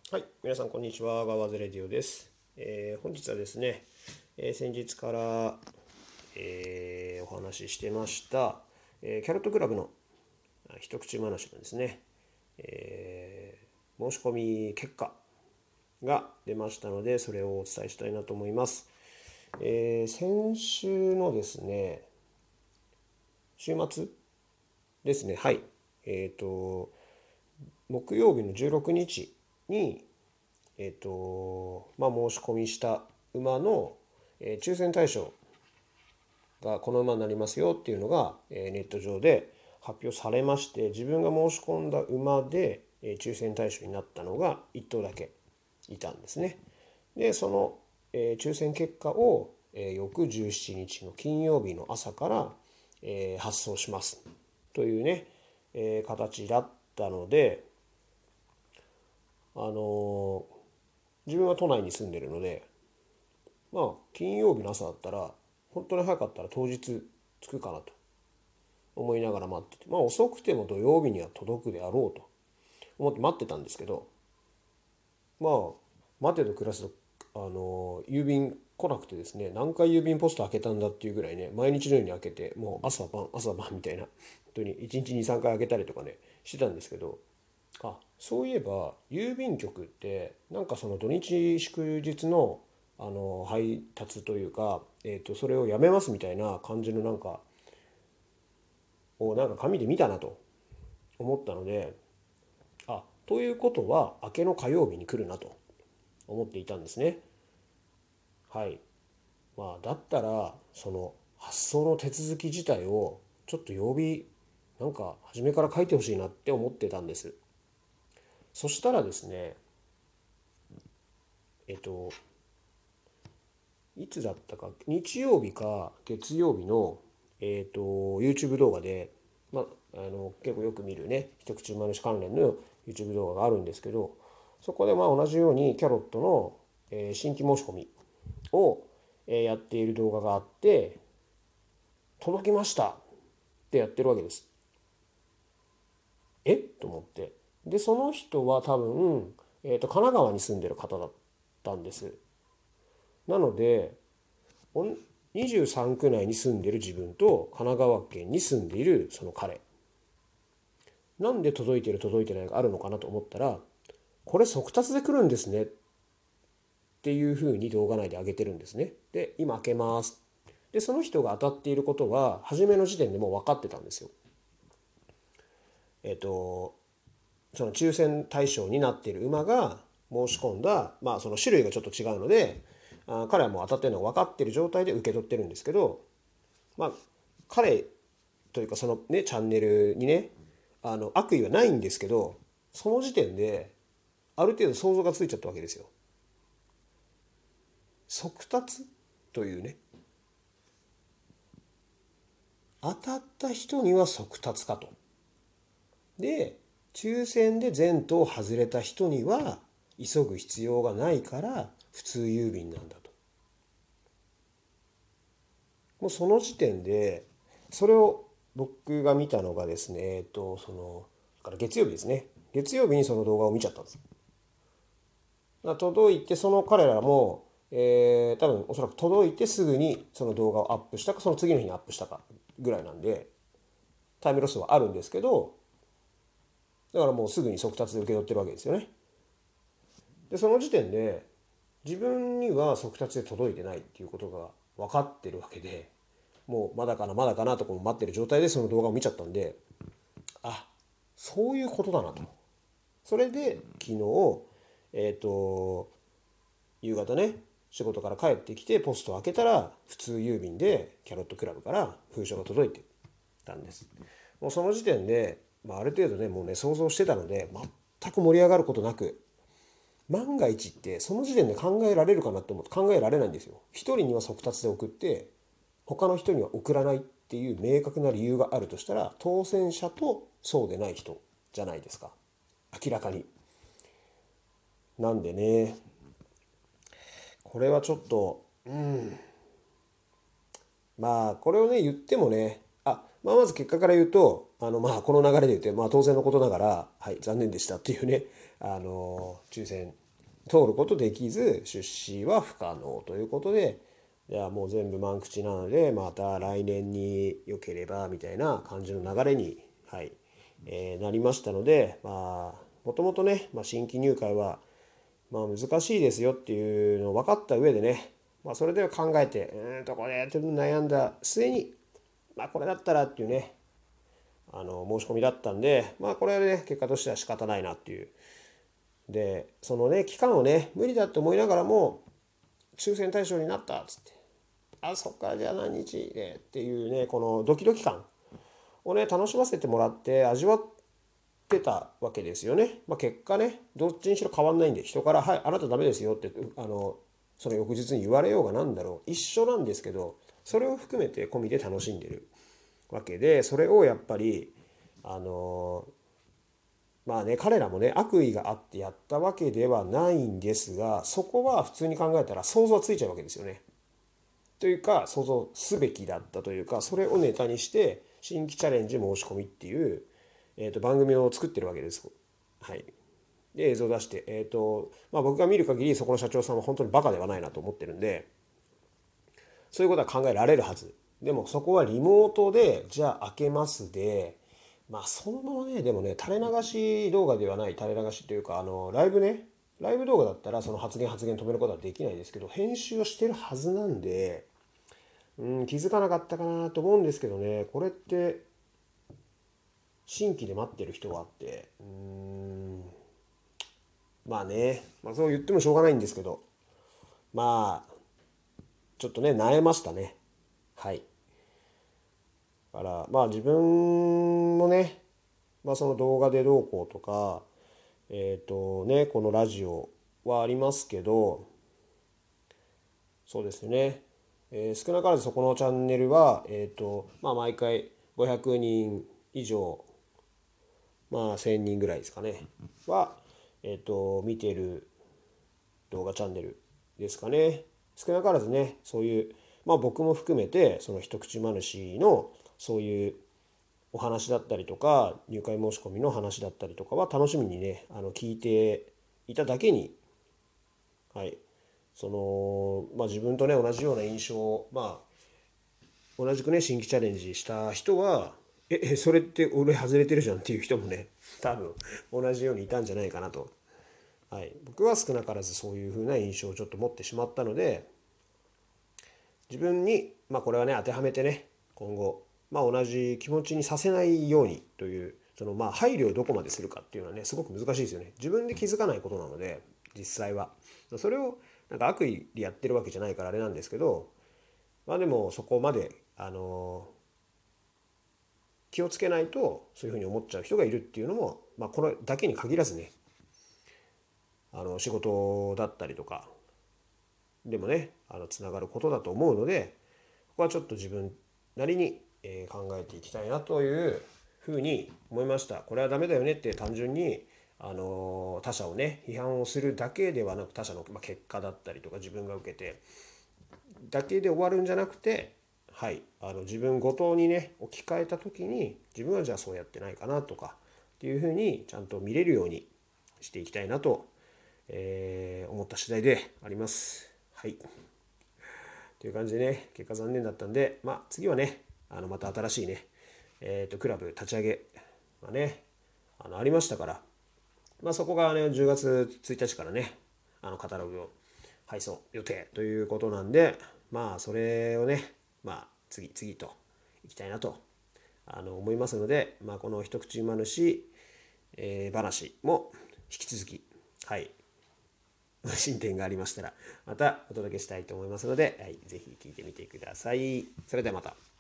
はい、皆さんこんにちは。ガワーズレディオです。本日はですね、先日から、お話ししてました、キャロットクラブの一口話のですね、申し込み結果が出ましたので、それをお伝えしたいなと思います。先週のですね、週末ですね、はい、木曜日の16日に、申し込みした馬の、抽選対象がこの馬になりますよっていうのが、ネット上で発表されまして、自分が申し込んだ馬で、抽選対象になったのが1頭だけいたんですね。でその、抽選結果を、翌17日の金曜日の朝から、発送しますというね、形だったので、あの自分は都内に住んでるので、金曜日の朝だったら本当に早かったら当日着くかなと思いながら待ってて、遅くても土曜日には届くであろうと思って待ってたんですけど、まあ待てと暮らすと郵便来なくてですね、何回郵便ポスト開けたんだっていうぐらいね、毎日のように開けて、もう朝晩みたいな、本当に1日2、3回開けたりとかねしてたんですけど、そういえば郵便局ってなんかその土日祝日の配達というか、それをやめますみたいな感じのなんかをなんか紙で見たなと思ったので、ということは明けの火曜日に来るなと思っていたんですね。はい。だったらその発送の手続き自体をちょっと曜日なんか初めから書いてほしいなって思ってたんです。そしたらですね、えっといつだったか、日曜日か月曜日の、YouTube 動画で、結構よく見るね、一口馬主関連の YouTube 動画があるんですけど、そこで同じようにキャロットの、新規申し込みを、やっている動画があって、届きましたってやってるわけです。と思って。で、その人は多分、神奈川に住んでる方だったんです。なので、23区内に住んでる自分と神奈川県に住んでいるその彼、なんで届いてる届いてないがあるのかなと思ったら、これ速達で来るんですねっていうふうに動画内で上げてるんですね。で今開けます。でその人が当たっていることは初めの時点でもう分かってたんですよ。その抽選対象になっている馬が申し込んだ、その種類がちょっと違うので、彼はもう当たってるのが分かっている状態で受け取ってるんですけど、彼というかそのねチャンネルにね、悪意はないんですけど、その時点である程度想像がついちゃったわけですよ。速達というね、当たった人には速達かと。で抽選で全頭外れた人には急ぐ必要がないから普通郵便なんだと。もうその時点でそれを僕が見たのがですね、そのから月曜日ですね、月曜日にその動画を見ちゃったんです。届いて、その彼らも、多分おそらく届いてすぐにその動画をアップしたかその次の日にアップしたかぐらいなんで、タイムロスはあるんですけど、だからもうすぐに速達で受け取ってるわけですよね。でその時点で自分には速達で届いてないっていうことが分かってるわけで、もうまだかなまだかなとかも待ってる状態でその動画を見ちゃったんで、そういうことだなと。それで昨日、夕方ね、仕事から帰ってきてポストを開けたら普通郵便でキャロットクラブから封書が届いてたんです。もうその時点で、ある程度ねもうね想像してたので、全く盛り上がることなく、万が一ってその時点で考えられるかなって思って考えられないんですよ。一人には速達で送って他の人には送らないっていう明確な理由があるとしたら、当選者とそうでない人じゃないですか、明らかに。なんでね、これはちょっと、これをね言ってもね、まず結果から言うと、 この流れで言って、当然のことながら、はい、残念でしたっていうね、抽選通ることできず、出資は不可能ということで、じゃあもう全部満口なので、また来年に良ければみたいな感じの流れに、はい、なりましたので、もともとね、新規入会は、難しいですよっていうのを分かった上でね、それで考えて、これちょっと悩んだ末に、これだったらっていうね、申し込みだったんで、これはね、結果としては仕方ないなっていう。で、そのね、期間をね、無理だって思いながらも、抽選対象になったっつって、そっからじゃあ何日でっていうね、このドキドキ感をね、楽しませてもらって味わってたわけですよね。結果ね、どっちにしろ変わんないんで、人から、はい、あなたダメですよって、その翌日に言われようがなんだろう、一緒なんですけど、それを含めて込みで楽しんでるわけで、それをやっぱり、あの彼らもね、悪意があってやったわけではないんですが、そこは普通に考えたら想像はついちゃうわけですよね。というか、想像すべきだったというか、それをネタにして新規チャレンジ申し込みっていう、番組を作ってるわけです。はい。で、映像を出して、僕が見る限りそこの社長さんは本当にバカではないなと思ってるんで、そういうことは考えられるはず。でもそこはリモートで、じゃあ開けますで、そのままね、でもね、垂れ流し動画ではない、垂れ流しというか、ライブね、ライブ動画だったらその発言止めることはできないですけど、編集をしてるはずなんで、気づかなかったかなと思うんですけどね、これって新規で待ってる人はあって、そう言ってもしょうがないんですけど、ちょっとね、萎えましたね。はい。だから自分もね、その動画でどうこうとか、このラジオはありますけど、そうですね、少なからずそこのチャンネルは、毎回500人以上、1000人ぐらいですかね、は、見てる動画チャンネルですかね。少なからずね、そういう、僕も含めて、その一口マヌシの、そういうお話だったりとか、入会申し込みの話だったりとかは楽しみにね、聞いていただけに、はい、自分とね、同じような印象を、同じくね、新規チャレンジした人は、それって俺外れてるじゃんっていう人もね、多分同じようにいたんじゃないかなと。はい、僕は少なからずそういう風な印象をちょっと持ってしまったので、自分に、これはね、当てはめてね、今後、同じ気持ちにさせないようにという、配慮をどこまでするかっていうのはね、すごく難しいですよね。自分で気づかないことなので、実際は。それをなんか悪意でやってるわけじゃないからあれなんですけど、でもそこまで、気をつけないとそういうふうに思っちゃう人がいるっていうのも、これだけに限らずね、仕事だったりとかでもね、つながることだと思うので、ここはちょっと自分なりに考えていきたいなというふうに思いました。これはダメだよねって単純に他者をね批判をするだけではなく、他者の結果だったりとか自分が受けてだけで終わるんじゃなくて、はい、自分ごとにね置き換えた時に自分はじゃあそうやってないかなとかっていうふうにちゃんと見れるようにしていきたいなと、思った次第であります。はい。という感じでね、結果残念だったんで、次はね、また新しいね、クラブ立ち上げがね、ありましたから、そこがね、10月1日からね、カタログを配送予定ということなんで、それをね、次々といきたいなと思いますので、この一口馬主、話も引き続き、はい、進展がありましたらまたお届けしたいと思いますので、はい、ぜひ聞いてみてください。それではまた。